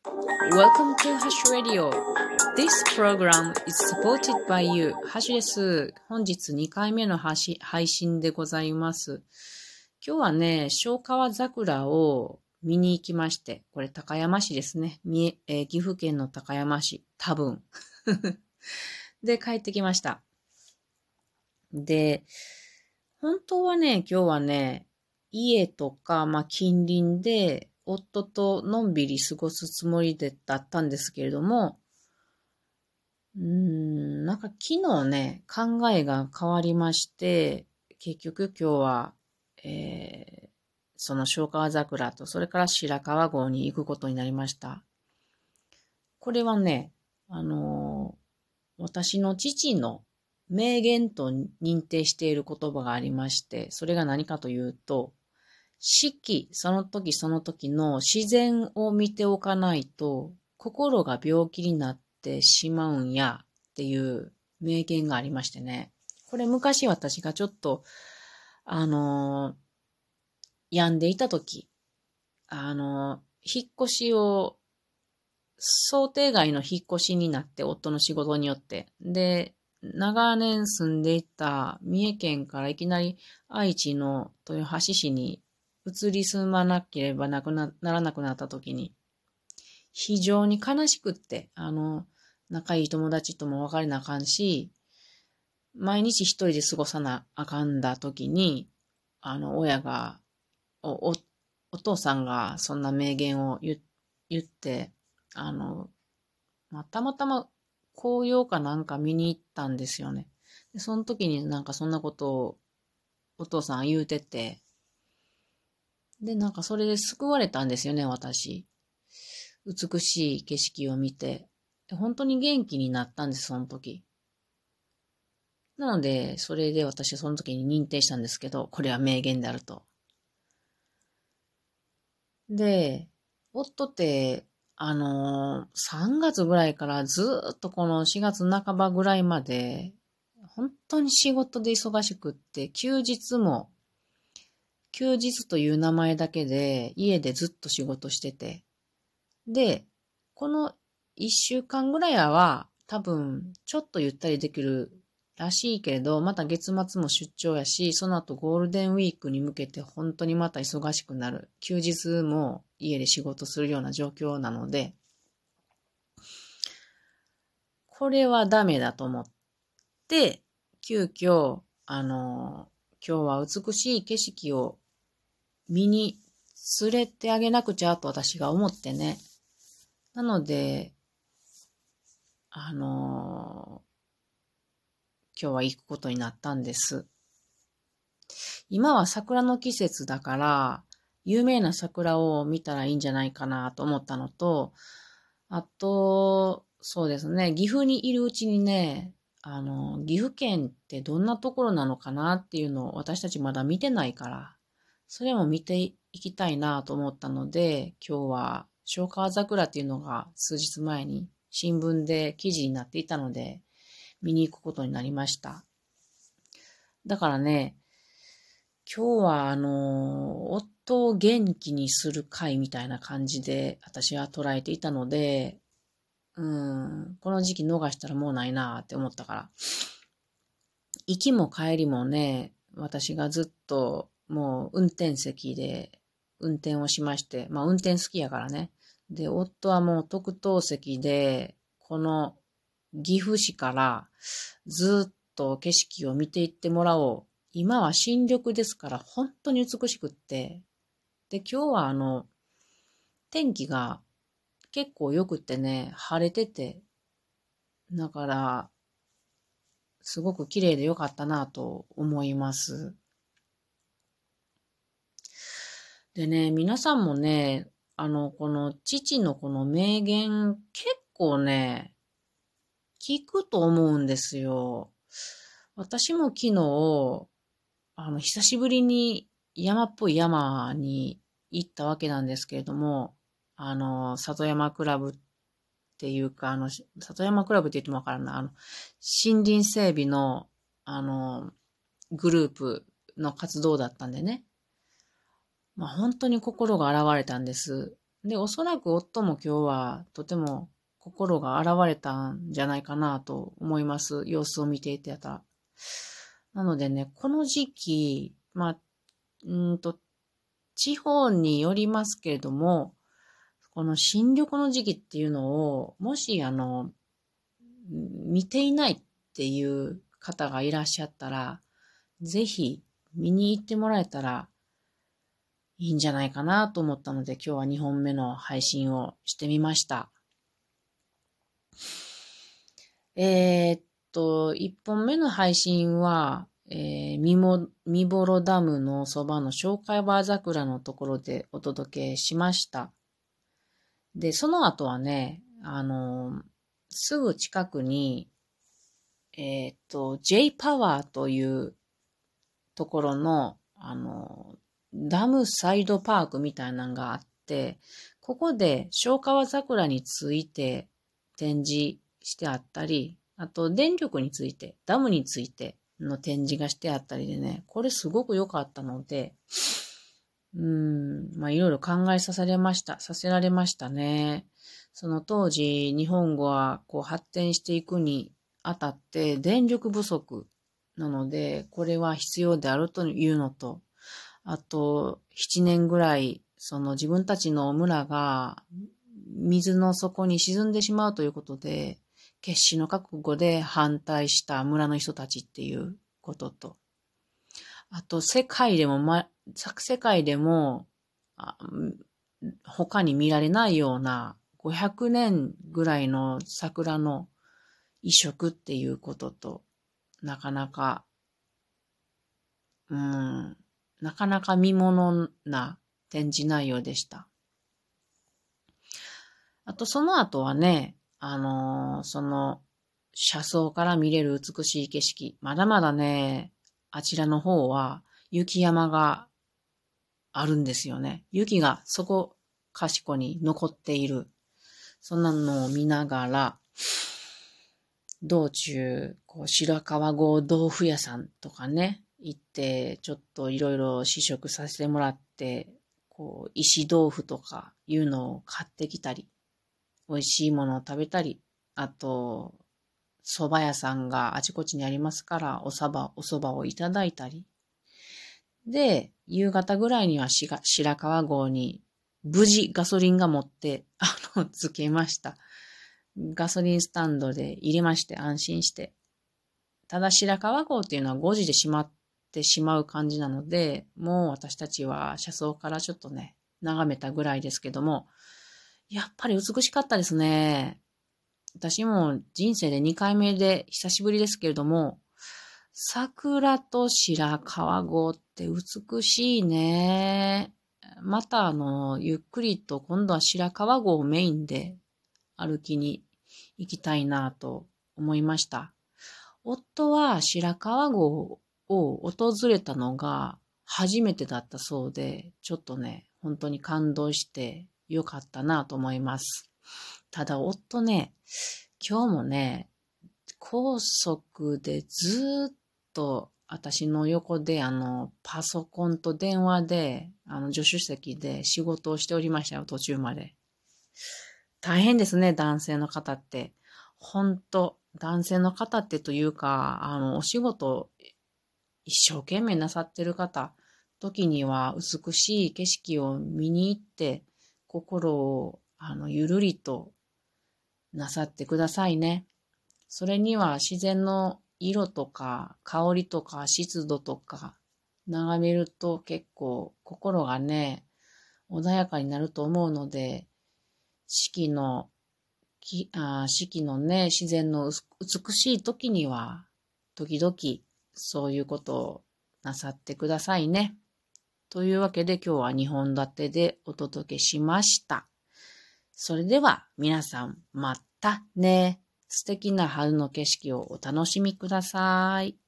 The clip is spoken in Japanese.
Welcome to Hash Radio. This program is supported by you. ハッシュです。本日2回目の配信でございます。今日はね、小川桜を見に行きまして、これ高山市ですね。岐阜県の高山市、多分。で、帰ってきました。で、本当はね、今日はね、家とか、近隣で、夫とのんびり過ごすつもりだったんですけれども、なんか昨日ね、考えが変わりまして、結局今日は、その小川桜と、それから白川郷に行くことになりました。これはね、私の父の名言と認定している言葉がありまして、それが何かというと、四季、その時その時の自然を見ておかないと、心が病気になってしまうんやっていう名言がありましてね。これ昔私がちょっと、病んでいた時、引っ越しを、想定外の引っ越しになって、夫の仕事によって。で、長年住んでいた三重県からいきなり愛知の豊橋市に移り住まなければならなくなった時に、非常に悲しくって、仲いい友達とも別れなあかんし、毎日一人で過ごさなあかんだ時に、親が、お父さんがそんな名言を言って、たまたま紅葉かなんか見に行ったんですよね。でその時になんかそんなことをお父さん言うてて、で、なんかそれで救われたんですよね、私。美しい景色を見て。本当に元気になったんです、その時。なので、それで私はその時に認定したんですけど、これは名言であると。で、夫って、3月ぐらいからずっとこの4月半ばぐらいまで、本当に仕事で忙しくって、休日という名前だけで家でずっと仕事してて、で、この1週間ぐらいは多分ちょっとゆったりできるらしいけれど、また月末も出張やし、その後ゴールデンウィークに向けて本当にまた忙しくなる。休日も家で仕事するような状況なので、これはダメだと思って、急遽、今日は美しい景色を見に連れてあげなくちゃと私が思ってね。なので、今日は行くことになったんです。今は桜の季節だから、有名な桜を見たらいいんじゃないかなと思ったのと、あと、そうですね、岐阜にいるうちにね、岐阜県ってどんなところなのかなっていうのを私たちまだ見てないから、それも見ていきたいなと思ったので、今日は小川桜っていうのが数日前に新聞で記事になっていたので、見に行くことになりました。だからね、今日は夫を元気にする会みたいな感じで私は捉えていたので、この時期逃したらもうないなって思ったから。行きも帰りもね、私がずっともう運転席で運転をしまして、運転好きやからね。で、夫はもう特等席で、この岐阜市からずっと景色を見ていってもらおう。今は新緑ですから本当に美しくって。で、今日は天気が結構良くってね、晴れてて、だから、すごく綺麗で良かったなと思います。でね、皆さんもね、この父のこの名言、結構ね、聞くと思うんですよ。私も昨日、久しぶりに山っぽい山に行ったわけなんですけれども、里山クラブっていうか、里山クラブって言ってもわからんな、森林整備の、グループの活動だったんでね。本当に心が洗われたんです。 で、おそらく夫も今日はとても心が洗われたんじゃないかなと思います。様子を見ていてた。なのでね、この時期、地方によりますけれども、この新緑の時期っていうのを、もし見ていないっていう方がいらっしゃったら、ぜひ見に行ってもらえたらいいんじゃないかなと思ったので、今日は2本目の配信をしてみました。1本目の配信は、みぼろダムのそばの紹介バー桜のところでお届けしました。で、その後はね、すぐ近くに、J パワーというところの、ダムサイドパークみたいなのがあって、ここで小川桜について展示してあったり、あと電力について、ダムについての展示がしてあったりでね、これすごく良かったので、いろいろ考えさせられましたね。その当時、日本語は発展していくにあたって電力不足なので、これは必要であるというのと、あと、7年ぐらい、自分たちの村が水の底に沈んでしまうということで、決死の覚悟で反対した村の人たちっていうことと、あと、世界でも他に見られないような500年ぐらいの桜の移植っていうことと、なかなか見ものな展示内容でした。あと、その後はね、車窓から見れる美しい景色。まだまだね、あちらの方は雪山があるんですよね。雪がそこかしこに残っている。そんなのを見ながら、道中、白川郷豆腐屋さんとかね、行って、ちょっといろいろ試食させてもらって、石豆腐とかいうのを買ってきたり、美味しいものを食べたり、あと、蕎麦屋さんがあちこちにありますから、お蕎麦をいただいたり。で、夕方ぐらいには白川郷に無事ガソリンが持って、つけました。ガソリンスタンドで入れまして安心して。ただ白川郷っていうのは5時で閉まってしまう感じなので、もう私たちは車窓からちょっとね、眺めたぐらいですけども、やっぱり美しかったですね。私も人生で2回目で久しぶりですけれども、桜と白川郷って美しいね。またゆっくりと今度は白川郷をメインで歩きに行きたいなと思いました。夫は白川郷を訪れたのが初めてだったそうで、ちょっとね、本当に感動してよかったなと思います。ただ夫ね、今日もね、高速でずっと私の横でパソコンと電話で助手席で仕事をしておりましたよ、途中まで。大変ですね、男性の方って。男性の方ってというか、お仕事一生懸命なさってる方、時には美しい景色を見に行って、心をゆるりとなさってくださいね。それには自然の色とか香りとか湿度とか眺めると結構心がね、穏やかになると思うので、四季のね、自然の美しい時には、時々そういうことをなさってくださいね。というわけで今日は2本立てでお届けしました。それでは皆さんまたね。素敵な春の景色をお楽しみください。